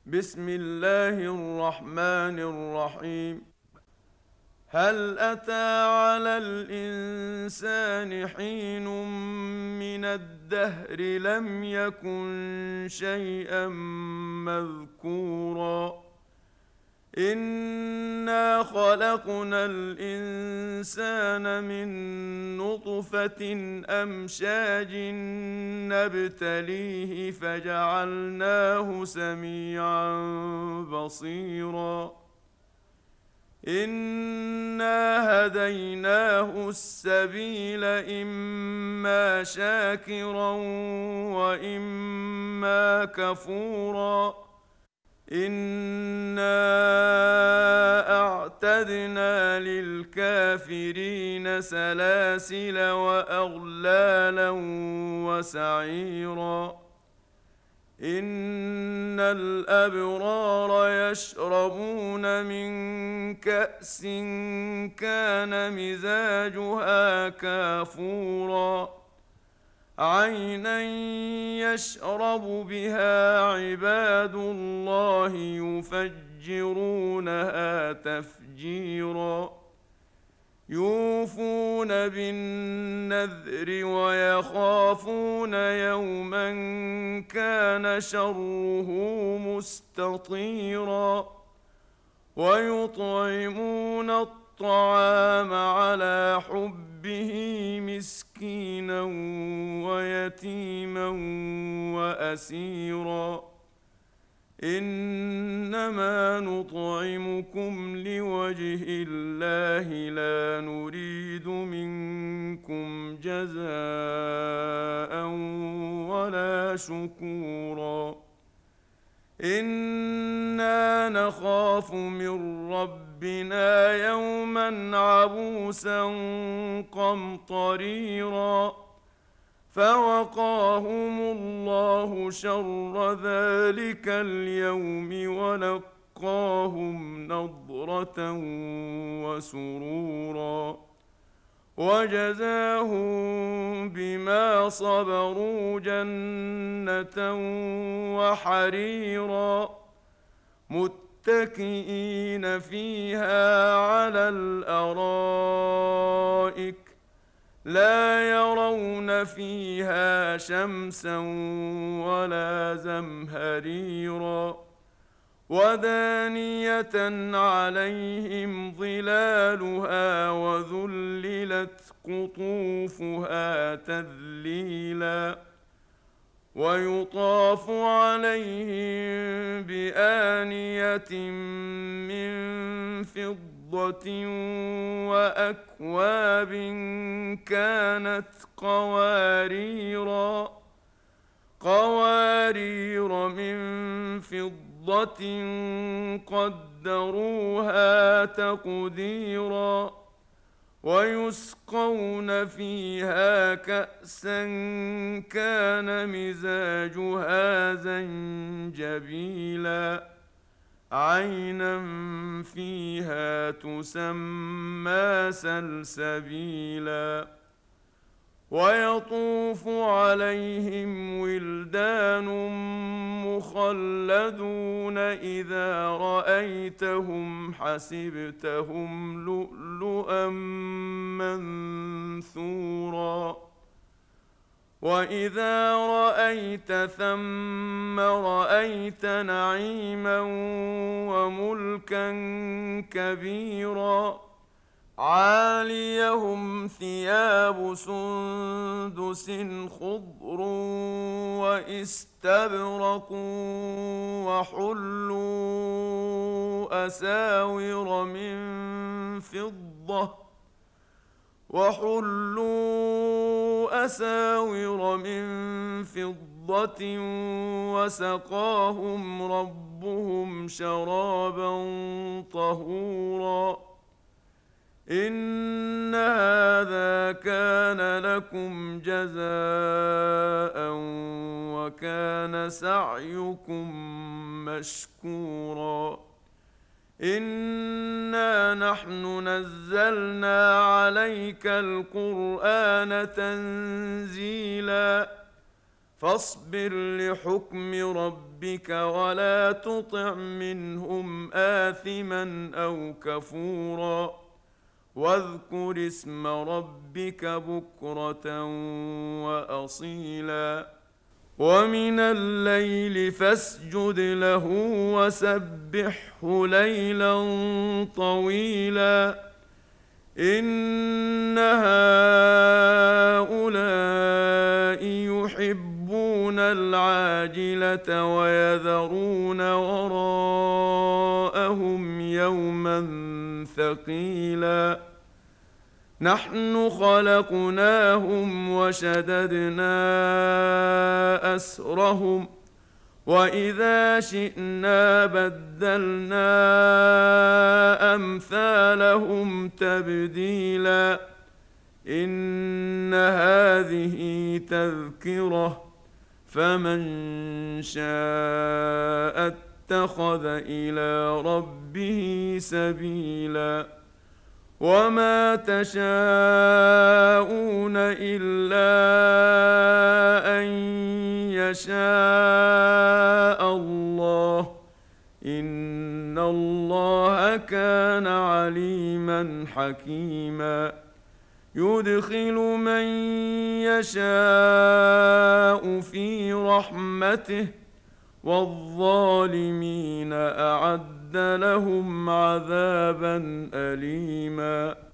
بسم الله الرحمن الرحيم. هل أتى على الإنسان حين من الدهر لم يكن شيئا مذكورا. إنا خلقنا الإنسان من نطفة أمشاج نبتليه فجعلناه سميعا بصيرا. إنا هديناه السبيل إما شاكرا وإما كفورا. إنا أعتدنا للكافرين سلاسل وأغلالا وسعيرا. إن الأبرار يشربون من كأس كان مزاجها كافورا. عينا يشرب بها عباد الله يفجرونها تفجيرا. يوفون بالنذر ويخافون يوما كان شره مستطيرا. ويطعمون الطعام على حبه مسكينا ويتيما وأسيرا. إنما نطعمكم لوجه الله لا نريد منكم جزاء ولا شكورا. إنا نخاف من ربنا يوما عبوسا قمطريرا. فوقاهم الله شر ذلك اليوم ولقاهم نضرة وسرورا. وجزاهم بما صبروا جنة وحريرا. متكئين فيها على الأرائك لا يرون فيها شمسا ولا زمهريرا. ودانية عليهم ظلالها وذللت قطوفها تذليلا. ويطاف عليهم بآنية من فضة وأكواب كانت قوارير من فضة قدروها تقديرا. ويسقون فيها كأسا كان مزاجها زنجبيلا. عينا فيها تسمى سلسبيلا. ويطوف عليهم ولدان مخلدون إذا رأيتهم حسبتهم لؤلؤا منثورا. وإذا رأيت ثم رأيت نعيما وملكا كبيرا. عاليهم ثياب سندس خضر واستبرق وحلوا أساور من فضة وسقاهم ربهم شرابا طهورا. إن هذا كان لكم جزاء وكان سعيكم مشكورا. إنا نحن نزلنا عليك القرآن تنزيلا. فاصبر لحكم ربك ولا تطع منهم آثما أو كفورا واذكر اسم ربك بكرة وأصيلا ومن الليل فاسجد له وسبحه ليلا طويلا إن هؤلاء يحبون العاجلة ويذرون وراءهم يوما ثقيلا نحن خلقناهم وشددنا أسرهم وإذا شئنا بدلنا أمثالهم تبديلا إن هذه تذكرة فمن شاء اتخذ إلى ربه سبيلا وما تشاءون إلا أن يشاء الله إن الله كان عليما حكيما يدخل من يشاء في رحمته والظالمين أعد لهم عذابا أليما